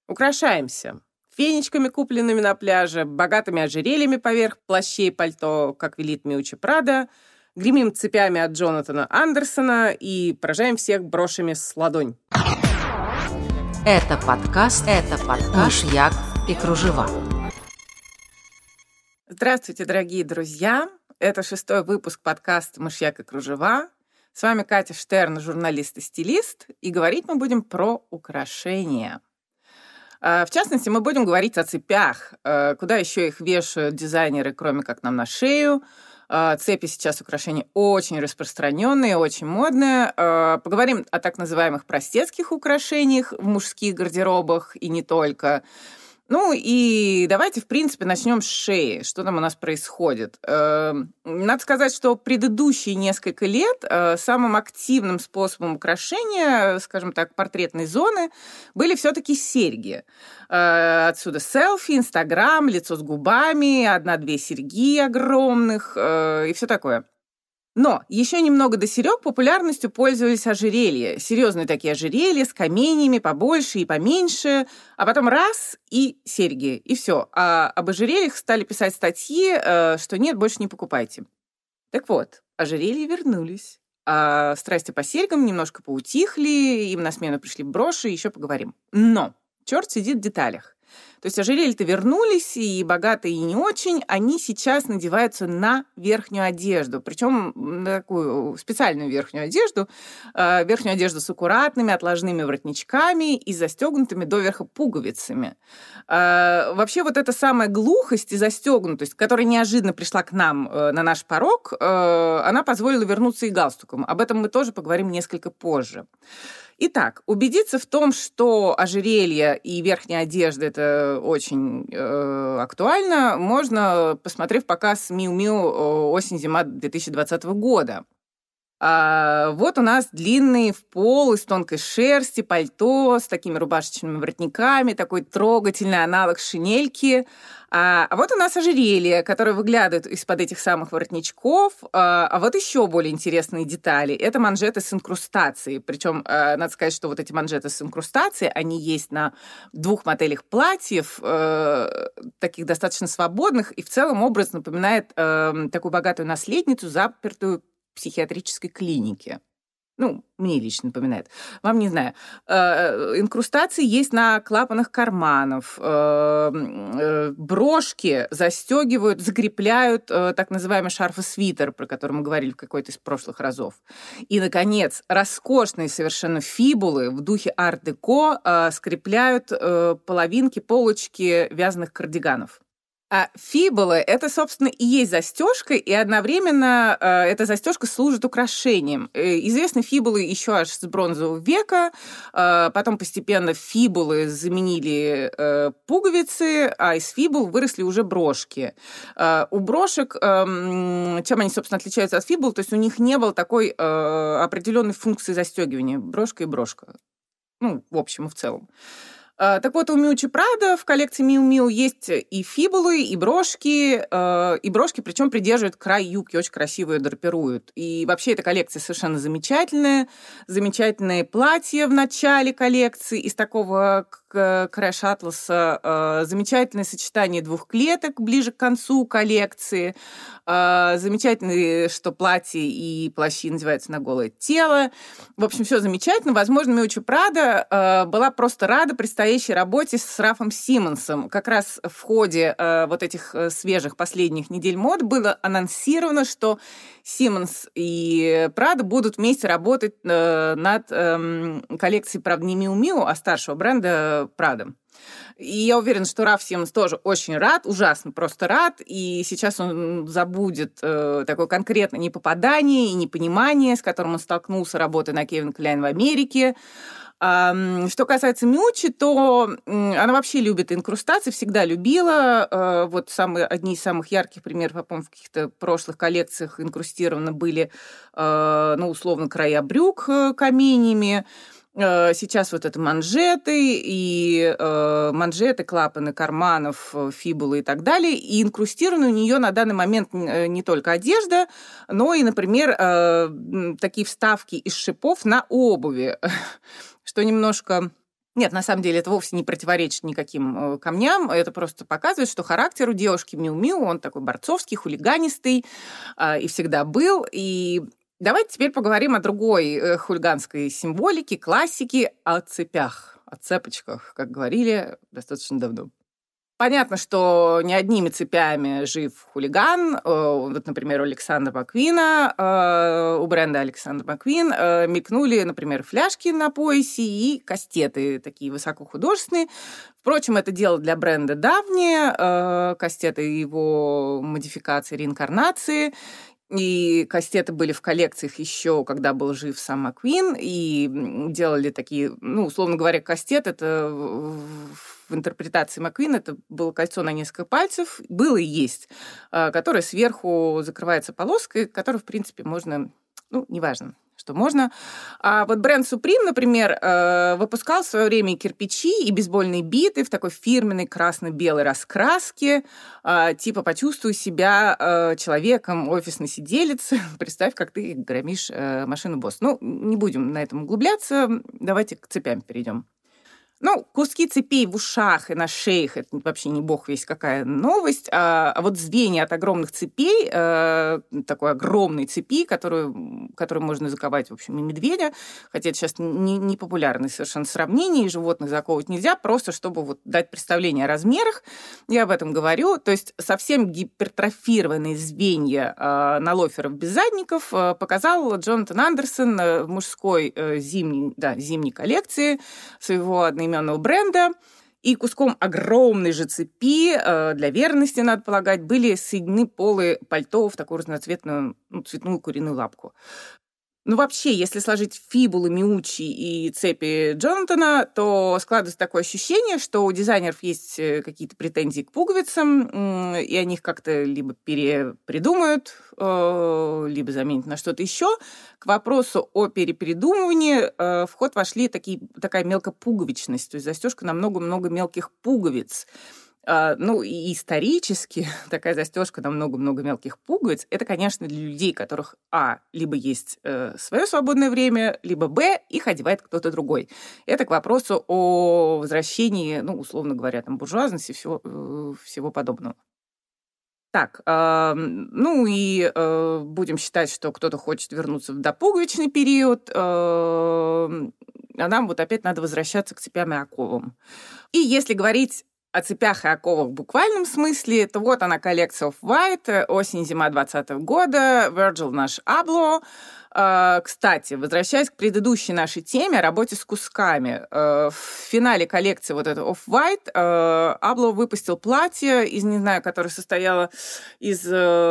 Украшаемся. Фенечками, купленными на пляже, богатыми ожерельями поверх плащей и пальто, как велит Миуччо Прадо, гремим цепями от Джонатана Андерсона и поражаем всех брошами с ладонь. Это подкаст «Мышьяк и кружева». Здравствуйте, дорогие друзья! Это 6-й выпуск подкаста «Мышьяк и кружева». С вами Катя Штерн, журналист и стилист, и говорить мы будем про украшения. В частности, мы будем говорить о цепях. Куда еще их вешают дизайнеры, кроме как нам на шею? Цепи сейчас украшения очень распространенные, очень модные. Поговорим о так называемых простецких украшениях в мужских гардеробах и не только. Ну и давайте, в принципе, начнем с шеи. Что там у нас происходит? Надо сказать, что предыдущие несколько лет самым активным способом украшения, скажем так, портретной зоны были все-таки серьги. Отсюда селфи, Инстаграм, лицо с губами, 1-2 серьги огромных и все такое. Но еще немного до серег популярностью пользовались ожерелья. Серьезные такие ожерелья с каменями побольше и поменьше. А потом раз — и серьги, и все. А об ожерельях стали писать статьи, что нет, больше не покупайте. Так вот, ожерелья вернулись. А страсти по серьгам немножко поутихли, им на смену пришли броши, еще поговорим. Но черт сидит в деталях. То есть ожерелья-то вернулись, и богатые, и не очень, они сейчас надеваются на верхнюю одежду, причем на такую специальную верхнюю одежду с аккуратными отложными воротничками и застегнутыми доверха пуговицами. Вообще вот эта самая глухость и застегнутость, которая неожиданно пришла к нам на наш порог, она позволила вернуться и галстукам. Об этом мы тоже поговорим несколько позже. Итак, убедиться в том, что ожерелье и верхняя одежда – это очень актуально, можно, посмотрев показ «Миу-Миу. Осень-зима 2020 года». Вот у нас длинный в пол из тонкой шерсти пальто с такими рубашечными воротниками, такой трогательный аналог шинельки. А вот у нас ожерелье, которое выглядывает из-под этих самых воротничков. А вот еще более интересные детали. Это манжеты с инкрустацией. Причем, надо сказать, что вот эти манжеты с инкрустацией, они есть на 2 моделях платьев, таких достаточно свободных, и в целом образ напоминает такую богатую наследницу, запертую в психиатрической клинике. Ну, мне лично напоминает. Вам не знаю. Инкрустации есть на клапанах карманов. Брошки застегивают, закрепляют так называемый шарф-свитер, про который мы говорили в какой-то из прошлых разов. И, наконец, роскошные совершенно фибулы в духе арт-деко скрепляют половинки, полочки вязаных кардиганов. А фибулы — это, собственно, и есть застежка, и одновременно эта застежка служит украшением. Известны фибулы еще аж с бронзового века, потом постепенно фибулы заменили пуговицы, а из фибул выросли уже брошки. У брошек, чем они, собственно, отличаются от фибул, то есть у них не было такой определенной функции застегивания. Брошка и брошка. Ну, в общем и в целом. Так вот, у Миуччо Прадо в коллекции Миу-Миу есть и фибулы, и брошки, причем придерживают край юбки, очень красиво ее драпируют. И вообще эта коллекция совершенно замечательная. Замечательные платья в начале коллекции из такого крэш-атласа, замечательное сочетание 2 клеток ближе к концу коллекции, замечательно, что платья и плащи надеваются на голое тело. В общем, все замечательно. Возможно, Миуччо Прадо была просто рада предстоящей работе с Рафом Симмонсом. Как раз в ходе вот этих свежих последних недель мод было анонсировано, что Симмонс и Прадо будут вместе работать над коллекцией, правда, не Миу-Миу, а старшего бренда Прадо. И я уверена, что Раф Симмонс тоже очень рад, ужасно просто рад, и сейчас он забудет такое конкретное непопадание и непонимание, с которым он столкнулся, работая на Кевин Кляйн в Америке. Что касается Миуччо, то она вообще любит инкрустации, всегда любила. Вот одни из самых ярких примеров, я помню, в каких-то прошлых коллекциях инкрустированы были, условно, края брюк каменями. Сейчас вот это манжеты, клапаны карманов, фибулы и так далее. И инкрустирована у нее на данный момент не только одежда, но и, например, такие вставки из шипов на обуви, что немножко Нет, на самом деле это вовсе не противоречит никаким камням. Это просто показывает, что характер у девушки Миу-Миу, он такой борцовский, хулиганистый, и всегда был. И давайте теперь поговорим о другой хулиганской символике, классике, о цепях, о цепочках, как говорили достаточно давно. Понятно, что не одними цепями жив хулиган. Вот, например, у Александра Маквина, у бренда Александр Маквин мелькнули, например, фляжки на поясе и кастеты такие высокохудожественные. Впрочем, это дело для бренда давнее. Кастеты его модификации, реинкарнации. И кастеты были в коллекциях еще, когда был жив сам Маквин, и делали такие, условно говоря, кастет — это в интерпретации Маквина это было кольцо на несколько пальцев, было и есть, которое сверху закрывается полоской, которую, в принципе, можно, неважно, что можно. А вот бренд Supreme, например, выпускал в свое время и кирпичи, и бейсбольные биты в такой фирменной красно-белой раскраске, типа «почувствуй себя человеком офисной сиделицы, представь, как ты громишь машину босс». Не будем на этом углубляться, давайте к цепям перейдем. Куски цепей в ушах и на шеях — это вообще не бог весть какая новость, а вот звенья от огромных цепей, такой огромной цепи, которую можно заковать, в общем, и медведя, хотя это сейчас не популярное совершенно сравнение, и животных заковывать нельзя, просто чтобы вот дать представление о размерах, я об этом говорю, то есть совсем гипертрофированные звенья на лоферов без задников показал Джонатан Андерсон в мужской зимней коллекции своего одноименного бренда, и куском огромной же цепи, для верности, надо полагать, были соединены полы пальто в такую разноцветную цветную куриную лапку. Вообще, если сложить фибулы Миучи и цепи Джонатана, то складывается такое ощущение, что у дизайнеров есть какие-то претензии к пуговицам, и они их как-то либо перепридумают, либо заменят на что-то еще. К вопросу о перепридумывании в ход вошли такая мелкопуговичность, то есть застежка на много-много мелких пуговиц. И исторически такая застежка на много-много мелких пуговиц — это, конечно, для людей, у которых, либо есть свое свободное время, либо, их одевает кто-то другой. Это к вопросу о возвращении, условно говоря, буржуазности и всего подобного. Так, будем считать, что кто-то хочет вернуться в допуговичный период, а нам вот опять надо возвращаться к цепям и оковам. И если говорить о цепях и оковах в буквальном смысле, то вот она, коллекция Off-White, осень-зима 2020 года, Virgil наш Abloh. Кстати, возвращаясь к предыдущей нашей теме о работе с кусками, в финале коллекции вот этой Off-White Abloh выпустил платье которое состояло из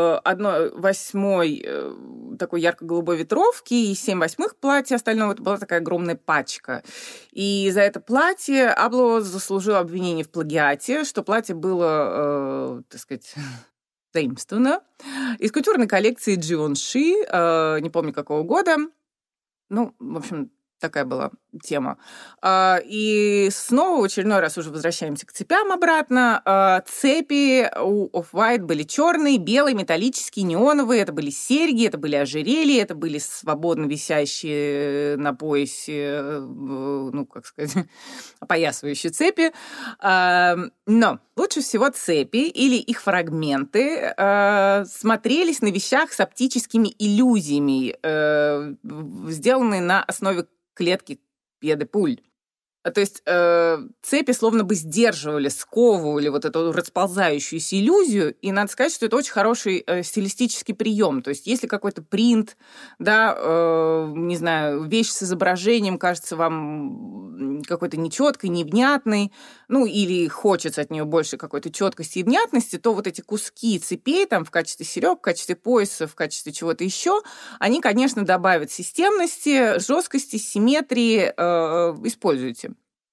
1/8 такой ярко-голубой ветровки и 7/8 платья, остального это была такая огромная пачка. И за это платье Abloh заслужил обвинение в плагиате, что платье было, заимствовано из кутюрной коллекции Givenchy, не помню какого года. В общем, такая была тема. И снова в очередной раз уже возвращаемся к цепям обратно. Цепи у Off-White были черные, белые, металлические, неоновые. Это были серьги, это были ожерелья, это были свободно висящие на поясе, опоясывающие цепи. Но лучше всего цепи или их фрагменты смотрелись на вещах с оптическими иллюзиями, сделанные на основе клетки пьедепуль. То есть цепи словно бы сдерживали, сковывали вот эту расползающуюся иллюзию, и надо сказать, что это очень хороший стилистический прием. То есть если какой-то принт, вещь с изображением кажется вам какой-то нечеткой, невнятной, или хочется от нее больше какой-то четкости и внятности, то вот эти куски цепей в качестве серег, в качестве пояса, в качестве чего-то еще, они, конечно, добавят системности, жесткости, симметрии, используйте.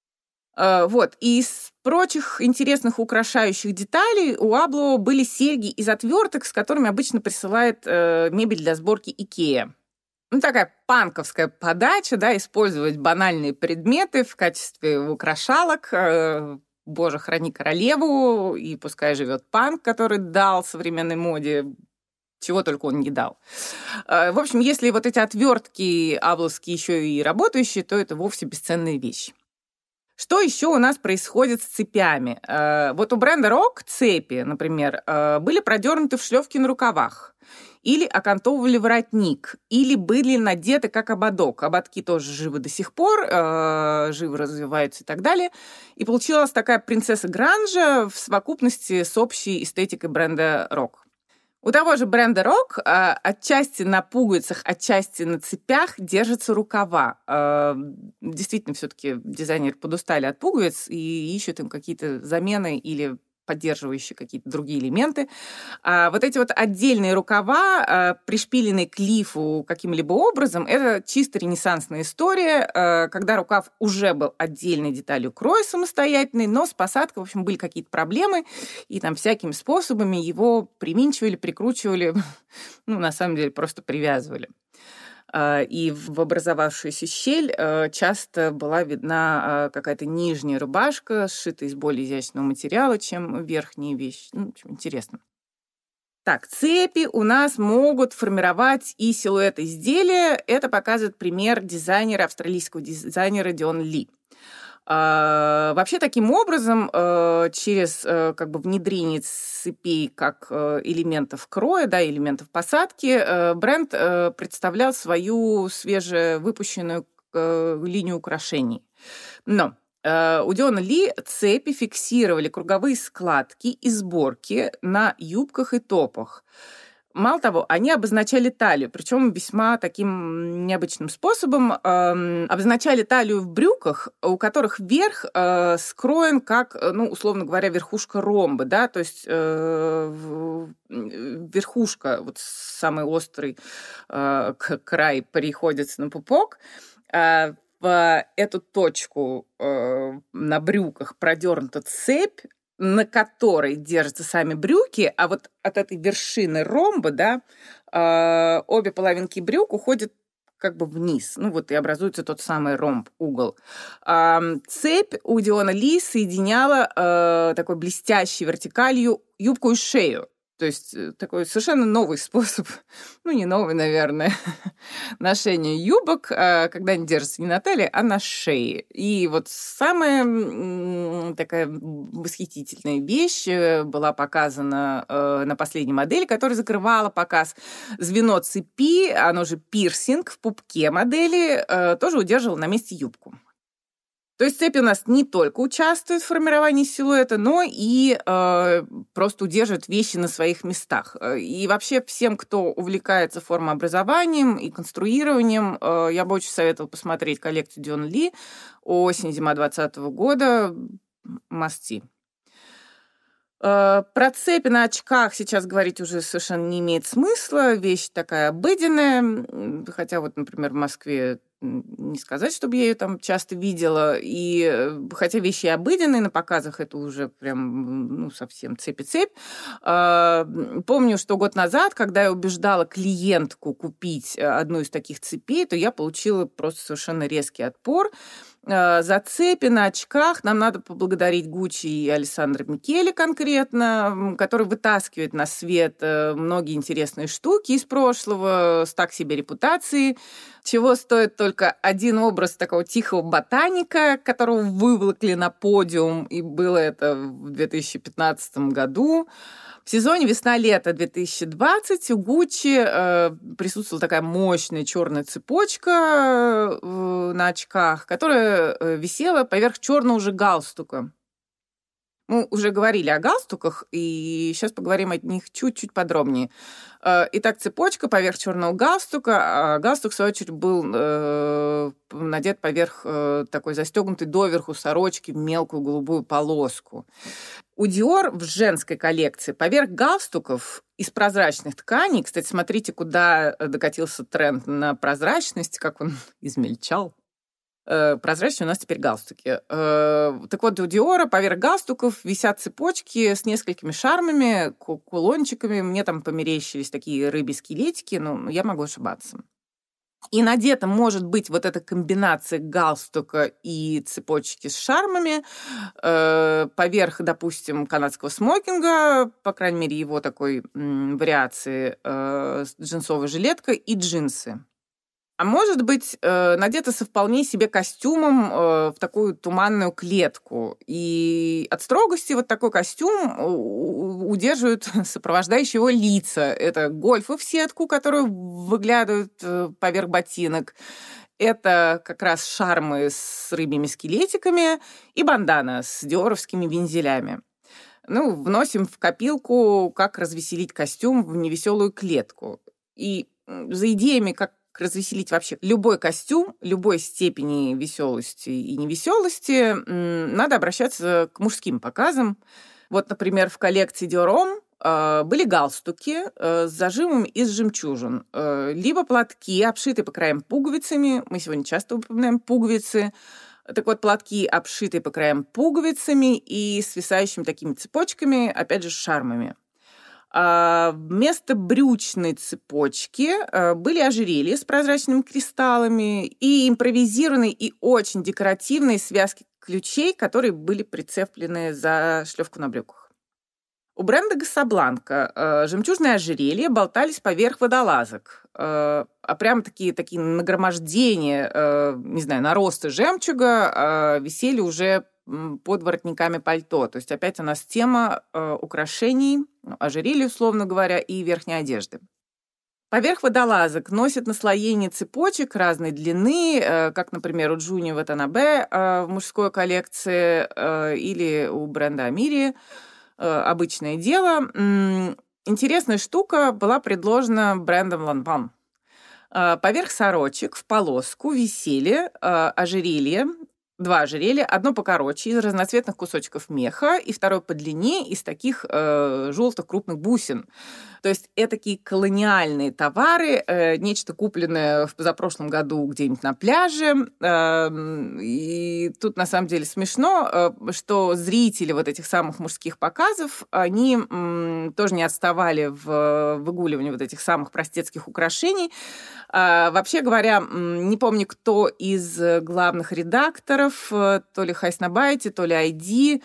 Из прочих интересных украшающих деталей у Abloh были серьги из отверток, с которыми обычно присылает мебель для сборки IKEA. Такая панковская подача, использовать банальные предметы в качестве украшалок. Боже, храни королеву, и пускай живет панк, который дал современной моде чего только он не дал. В общем, если вот эти отвертки абловские еще и работающие, то это вовсе бесценная вещь. Что еще у нас происходит с цепями? Вот у бренда Rock цепи, например, были продернуты в шлевки на рукавах, или окантовывали воротник, или были надеты как ободок. Ободки тоже живы до сих пор, живо развиваются и так далее. И получилась такая принцесса гранжа в совокупности с общей эстетикой бренда Rock. У того же бренда Rock отчасти на пуговицах, отчасти на цепях держатся рукава. Действительно, все-таки дизайнеры подустали от пуговиц и ищут им какие-то замены или поддерживающие какие-то другие элементы. Вот эти вот отдельные рукава, пришпиленные к лифу каким-либо образом, это чисто ренессансная история, когда рукав уже был отдельной деталью кроя самостоятельной, но с посадкой, в общем, были какие-то проблемы, и там всякими способами его приминчивали, прикручивали, на самом деле просто привязывали. И в образовавшуюся щель часто была видна какая-то нижняя рубашка, сшитая из более изящного материала, чем верхняя вещь. В общем, интересно. Так, цепи у нас могут формировать и силуэт изделия. Это показывает пример австралийского дизайнера Дион Ли. Вообще, таким образом, через внедрение цепей как элементов кроя, элементов посадки, бренд представлял свою свежевыпущенную линию украшений. Но у Диона Ли цепи фиксировали круговые складки и сборки на юбках и топах. Мало того, они обозначали талию, причем весьма таким необычным способом. Обозначали талию в брюках, у которых верх скроен как, условно говоря, верхушка ромба, то есть верхушка, вот самый острый край приходится на пупок. В эту точку на брюках продернута цепь, на которой держатся сами брюки, а вот от этой вершины ромба, обе половинки брюк уходят вниз. И образуется тот самый ромб-угол. Цепь у Диона Ли соединяла такой блестящей вертикалью юбку и шею. То есть такой совершенно новый способ, не новый, наверное, ношения юбок, когда они держатся не на талии, а на шее. И вот самая такая восхитительная вещь была показана на последней модели, которая закрывала показ. Звено цепи, оно же пирсинг в пупке модели, тоже удерживало на месте юбку. То есть цепи у нас не только участвуют в формировании силуэта, но и просто удерживают вещи на своих местах. И вообще всем, кто увлекается формообразованием и конструированием, я бы очень советовала посмотреть коллекцию Дион Ли осень-зима 2020 года. Must-see. Про цепи на очках сейчас говорить уже совершенно не имеет смысла. Вещь такая обыденная. Хотя например, в Москве не сказать, чтобы я ее там часто видела. И хотя вещи обыденные, на показах это уже прям совсем цепь-цепь. Помню, что год назад, когда я убеждала клиентку купить одну из таких цепей, то я получила просто совершенно резкий отпор. За цепи на очках нам надо поблагодарить Гуччи и Алессандро Микеле конкретно, который вытаскивает на свет многие интересные штуки из прошлого с так себе репутацией, чего стоит только один образ такого тихого ботаника, которого выволокли на подиум, и было это в 2015 году. В сезоне весна-лето 2020 у Гуччи присутствовала такая мощная черная цепочка на очках, которая висела поверх черного же галстука. Мы уже говорили о галстуках, и сейчас поговорим о них чуть-чуть подробнее. Итак, цепочка поверх черного галстука, а галстук, в свою очередь, был надет поверх такой застегнутой доверху сорочки в мелкую голубую полоску. У Dior в женской коллекции поверх галстуков из прозрачных тканей, кстати, смотрите, куда докатился тренд на прозрачность, как он измельчал. Прозрачные у нас теперь галстуки. Так вот, у Диора поверх галстуков висят цепочки с несколькими шармами, кулончиками. Мне там померещились такие рыбьи скелетики, но я могу ошибаться. И надета может быть вот эта комбинация галстука и цепочки с шармами поверх, допустим, канадского смокинга, по крайней мере, его такой вариации, с джинсовой жилеткой и джинсы. А может быть, надета со вполне себе костюмом в такую туманную клетку. И от строгости вот такой костюм удерживают сопровождающие его лица. Это гольфы в сетку, которые выглядывают поверх ботинок. Это как раз шармы с рыбьими скелетиками и бандана с диоровскими вензелями. Вносим в копилку, как развеселить костюм в невеселую клетку. И за идеями, как развеселить вообще любой костюм, любой степени веселости и невеселости, надо обращаться к мужским показам. Вот, например, в коллекции Dior Homme были галстуки с зажимом из жемчужин, либо платки, обшитые по краям пуговицами. Мы сегодня часто упоминаем пуговицы. Так вот, платки, обшитые по краям пуговицами и свисающими такими цепочками, опять же, с шармами. Вместо брючной цепочки были ожерелья с прозрачными кристаллами и импровизированные и очень декоративные связки ключей, которые были прицеплены за шлёвку на брюках. У бренда Casablanca жемчужные ожерелья болтались поверх водолазок. А прям такие нагромождения, наросты жемчуга висели уже под воротниками пальто. То есть опять у нас тема украшений, ожерелья, условно говоря, и верхней одежды. Поверх водолазок носят наслоение цепочек разной длины, как, например, у Джуни Ватанабе в мужской коллекции или у бренда Амири. Обычное дело. Интересная штука была предложена брендом Lanvin. Поверх сорочек в полоску висели ожерелья, два ожерелья, одно покороче, из разноцветных кусочков меха, и второе подлиннее, из таких желтых крупных бусин. То есть это такие колониальные товары, нечто купленное в позапрошлом году где-нибудь на пляже. И тут на самом деле смешно, что зрители вот этих самых мужских показов, они тоже не отставали в выгуливании вот этих самых простецких украшений. Вообще говоря, не помню, кто из главных редакторов, то ли Хайснабайте, то ли ID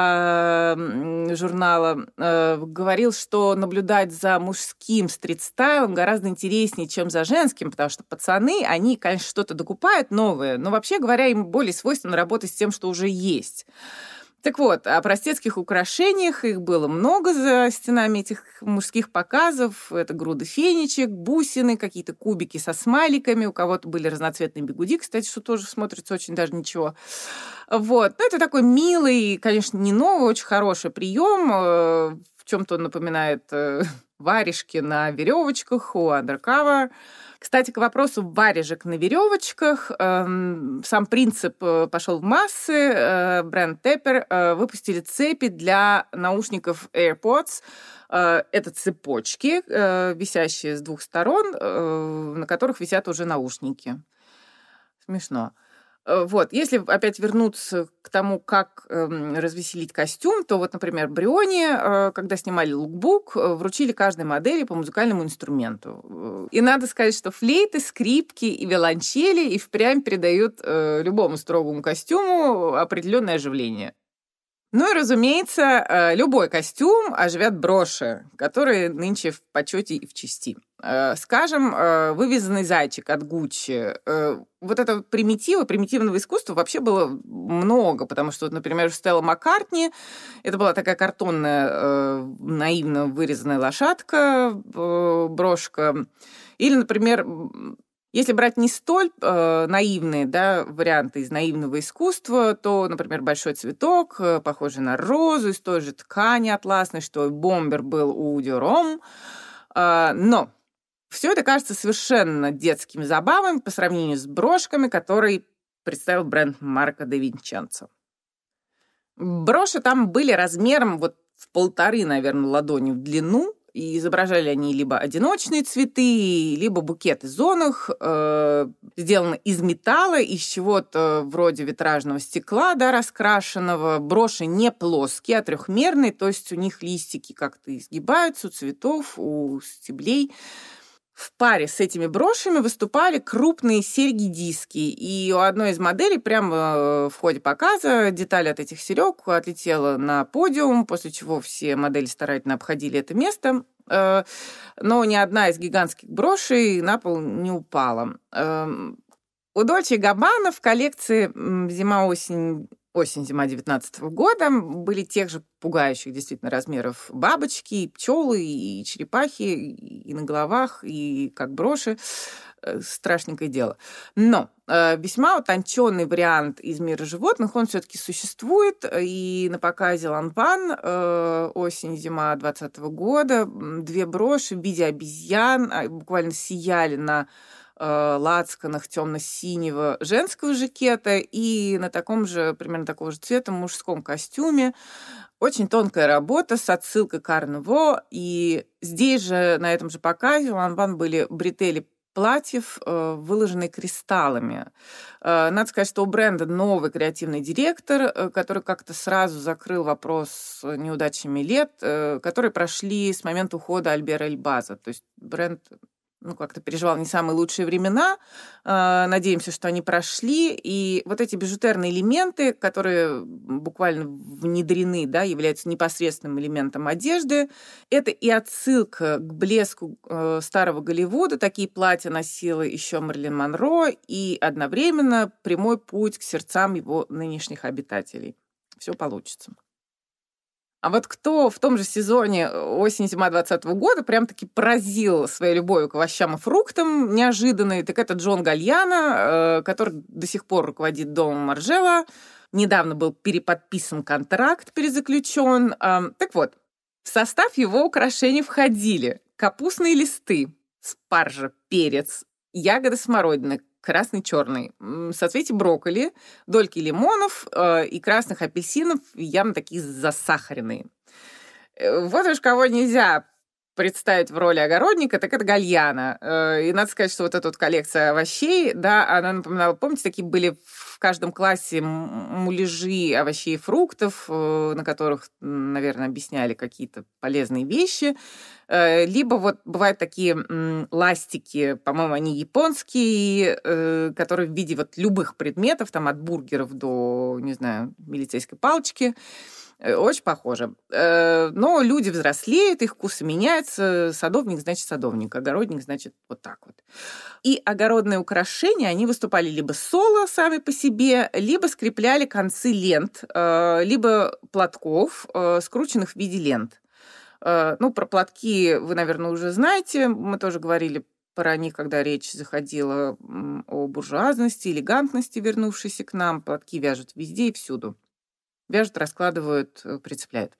журнала, говорил, что наблюдать за мужским стрит-стайлом гораздо интереснее, чем за женским, потому что пацаны, они, конечно, что-то докупают новое, но вообще говоря, им более свойственно работать с тем, что уже есть. Так вот, о простецких украшениях, их было много за стенами этих мужских показов. Это груды фенечек, бусины, какие-то кубики со смайликами. У кого-то были разноцветные бигуди, кстати, что тоже смотрится очень даже ничего. Вот. Это такой милый, конечно, не новый, очень хороший прием. В чем-то он напоминает варежки на веревочках у Undercover. Кстати, к вопросу варежек на веревочках. Сам принцип пошел в массы. Бренд Tepper выпустили цепи для наушников AirPods. Это цепочки, висящие с двух сторон, на которых висят уже наушники. Смешно. Вот. Если опять вернуться к тому, как развеселить костюм, то вот, например, Бриони, когда снимали лукбук, вручили каждой модели по музыкальному инструменту. И надо сказать, что флейты, скрипки и виолончели и впрямь придают любому строгому костюму определенное оживление. Ну и, разумеется, любой костюм оживят броши, которые нынче в почете и в чести. Скажем, вывязанный зайчик от Гуччи. Вот этого примитивного искусства вообще было много, потому что, например, у Стелла Маккартни это была такая картонная, наивно вырезанная лошадка, брошка. Или, например, если брать не столь наивные варианты из наивного искусства, то, например, большой цветок, похожий на розу, из той же ткани атласной, что и бомбер был у Dior Homme. Но все это кажется совершенно детскими забавами по сравнению с брошками, которые представил бренд Марко де Винченцо. Броши там были размером в 1,5, наверное, ладони в длину, и изображали они либо одиночные цветы, либо букеты зонах, сделаны из металла, из чего-то вроде витражного стекла, раскрашенного. Броши не плоские, а трехмерные, то есть у них листики как-то изгибаются, у цветов, у стеблей. В паре с этими брошами выступали крупные серьги-диски, и у одной из моделей прямо в ходе показа деталь от этих серег отлетела на подиум, после чего все модели старательно обходили это место. но ни одна из гигантских брошей на пол не упала. У Дольче и Габбана в коллекции зима-осень 19 года были тех же пугающих действительно размеров бабочки, и пчелы, и черепахи, и на головах, и как броши. Страшненькое дело. Но весьма утонченный вариант из мира животных, он все-таки существует. И на показе Ланван осень-зима 2020 года 2 броши в виде обезьян буквально сияли на лацканах темно-синего женского жакета и на таком же, примерно такого же цвета мужском костюме. Очень тонкая работа с отсылкой к Ар-Нуво. И здесь же, на этом же показе, у Ланван были бретели платьев, выложенные кристаллами. Надо сказать, что у бренда новый креативный директор, который как-то сразу закрыл вопрос с неудачами лет, которые прошли с момента ухода Альбера Эльбаза. То есть бренд как-то переживал не самые лучшие времена. Надеемся, что они прошли. И вот эти бижутерные элементы, которые буквально внедрены, да, являются непосредственным элементом одежды, это и отсылка к блеску старого Голливуда. Такие платья носила еще Мэрилин Монро, и одновременно прямой путь к сердцам его нынешних обитателей. Все получится. А вот кто в том же сезоне осень-зима 2020 года прям-таки поразил своей любовью к овощам и фруктам неожиданной, так это Джон Гальяно, который до сих пор руководит домом Маржела. Недавно был переподписан контракт, перезаключен. Так вот, в состав его украшений входили капустные листы, спаржа, перец, ягоды смородины, красный, черный, соцветия брокколи, дольки лимонов и красных апельсинов, явно такие засахаренные. Вот уж кого нельзя представить в роли огородника, так это Гальяно. И надо сказать, что вот эта вот коллекция овощей, да, она напоминала, помните, такие были в каждом классе муляжи овощей и фруктов, на которых, наверное, объясняли какие-то полезные вещи. Либо вот бывают такие ластики, по-моему, они японские, которые в виде вот любых предметов, там от бургеров до, не знаю, милицейской палочки. Очень похоже. Но люди взрослеют, их вкусы меняются. Садовник значит садовник, огородник значит вот так вот. И огородные украшения, они выступали либо соло сами по себе, либо скрепляли концы лент, либо платков, скрученных в виде лент. Про платки вы, наверное, уже знаете. Мы тоже говорили про них, когда речь заходила о буржуазности, элегантности, вернувшейся к нам. Платки вяжут везде и всюду. Вяжут, раскладывают, прицепляют.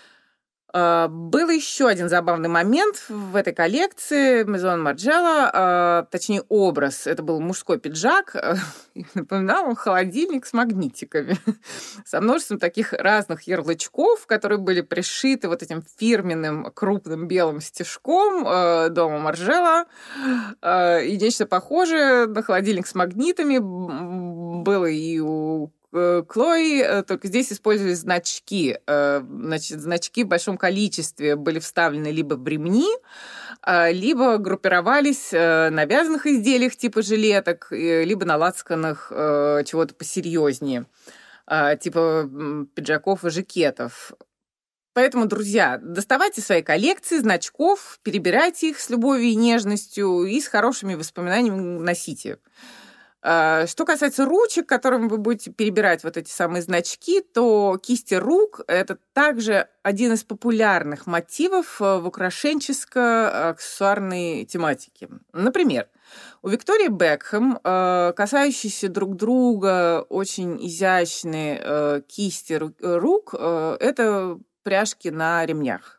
Был еще один забавный момент в этой коллекции Maison Margiela, точнее образ. Это был мужской пиджак, напоминал он холодильник с магнитиками, со множеством таких разных ярлычков, которые были пришиты вот этим фирменным крупным белым стежком дома Margiela. И нечто похожее на холодильник с магнитами было и у Chloe, только здесь использовались значки. Значит, значки в большом количестве были вставлены либо в ремни, либо группировались на вязаных изделиях типа жилеток, либо на лацканах чего-то посерьезнее, типа пиджаков и жакетов. Поэтому, друзья, доставайте свои коллекции значков, перебирайте их с любовью и нежностью и с хорошими воспоминаниями носите. Что касается ручек, которым вы будете перебирать вот эти самые значки, то кисти рук – это также один из популярных мотивов в украшенческо-аксессуарной тематике. Например, у Виктории Бекхэм касающиеся друг друга очень изящные кисти рук – это пряжки на ремнях.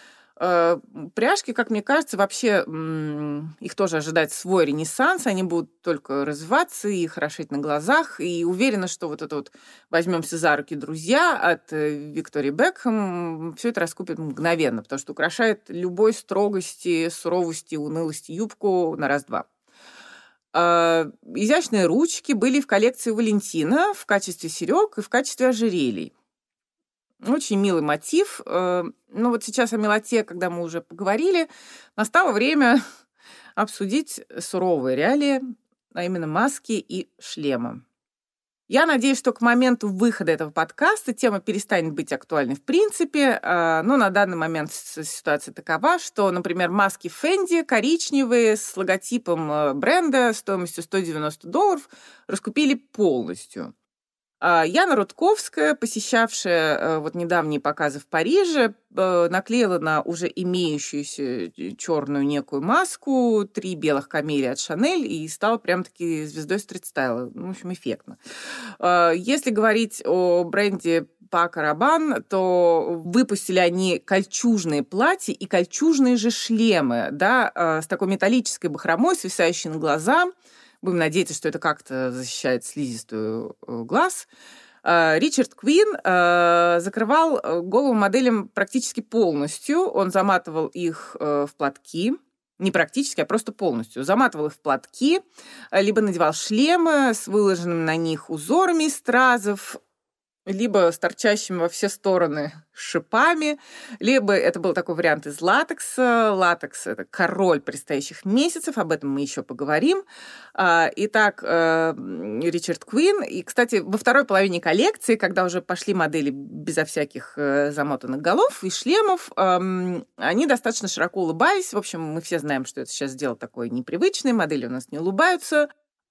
Пряжки, как мне кажется, вообще их тоже ожидает свой ренессанс, они будут только развиваться и хорошеть на глазах, и уверена, что вот это вот «возьмемся за руки, друзья» от Виктории Бекхэм все это раскупит мгновенно, потому что украшает любой строгости, суровости, унылости юбку на раз-два. Изящные ручки были в коллекции Валентина в качестве серёг и в качестве ожерелий. Очень милый мотив. Вот сейчас о милоте, когда мы уже поговорили, настало время обсудить суровые реалии, а именно маски и шлемы. Я надеюсь, что к моменту выхода этого подкаста тема перестанет быть актуальной в принципе. Но на данный момент ситуация такова, что, например, маски Fendi коричневые с логотипом бренда стоимостью $190 раскупили полностью. Яна Рудковская, посещавшая недавние показы в Париже, наклеила на уже имеющуюся черную некую маску 3 белых камелия от Шанель и стала прям-таки звездой стрит-стайла. В общем, эффектно. Если говорить о бренде Paco Rabanne, то выпустили они кольчужные платья и кольчужные же шлемы, да, с такой металлической бахромой, свисающей на глаза. Будем надеяться, что это как-то защищает слизистую глаз. Ричард Квин закрывал голову моделям практически полностью. Он заматывал их в платки. Не практически, а просто полностью. Заматывал их в платки, либо надевал шлемы с выложенными на них узорами из стразов, либо с торчащими во все стороны шипами, либо это был такой вариант из латекса. Латекс — это король предстоящих месяцев, об этом мы еще поговорим. Итак, Ричард Квин. И, кстати, во второй половине коллекции, когда уже пошли модели безо всяких замотанных голов и шлемов, они достаточно широко улыбались. В общем, мы все знаем, что это сейчас дело такое непривычное, модели у нас не улыбаются.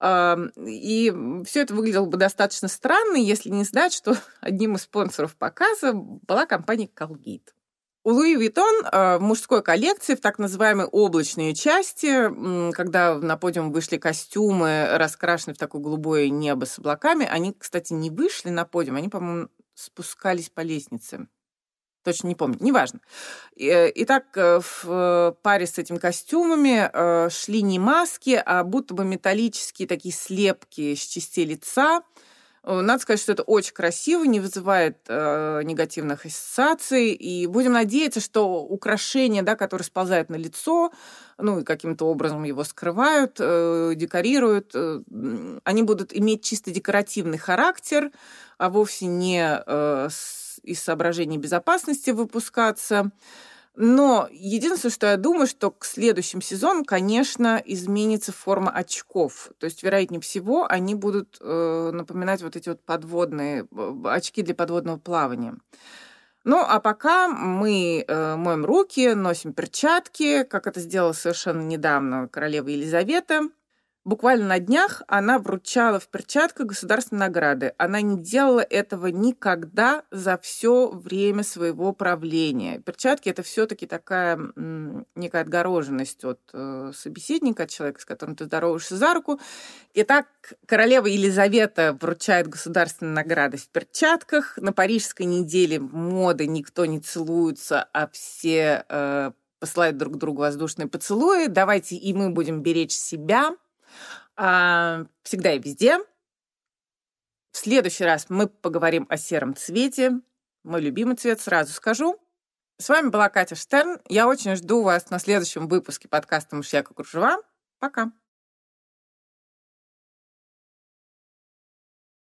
И все это выглядело бы достаточно странно, если не знать, что одним из спонсоров показа была компания Colgate. У Луи Виттон в мужской коллекции, в так называемой облачной части, когда на подиум вышли костюмы, раскрашенные в такое голубое небо с облаками, они, кстати, не вышли на подиум, они, по-моему, спускались по лестнице. Точно не помню, неважно. Итак, в паре с этими костюмами шли не маски, а будто бы металлические такие слепки с частей лица. Надо сказать, что это очень красиво, не вызывает негативных ассоциаций. И будем надеяться, что украшения, да, которые сползают на лицо, и каким-то образом его скрывают, декорируют, они будут иметь чисто декоративный характер, а вовсе не из соображений безопасности выпускаться. Но единственное, что я думаю, что к следующим сезонам, конечно, изменится форма очков. То есть, вероятнее всего, они будут напоминать вот эти вот подводные очки для подводного плавания. А пока мы моем руки, носим перчатки, как это сделала совершенно недавно королева Елизавета. Буквально на днях она вручала в перчатках государственные награды. Она не делала этого никогда за все время своего правления. Перчатки — это все-таки такая некая отгороженность от собеседника, от человека, с которым ты здороваешься за руку. Итак, королева Елизавета вручает государственные награды в перчатках. На Парижской неделе моды никто не целуется, а все посылают друг другу воздушные поцелуи. Давайте и мы будем беречь себя. Всегда и везде. В следующий раз мы поговорим о сером цвете. Мой любимый цвет, сразу скажу. С вами была Катя Штерн. Я очень жду вас на следующем выпуске подкаста «Мышьяк и кружева». Пока.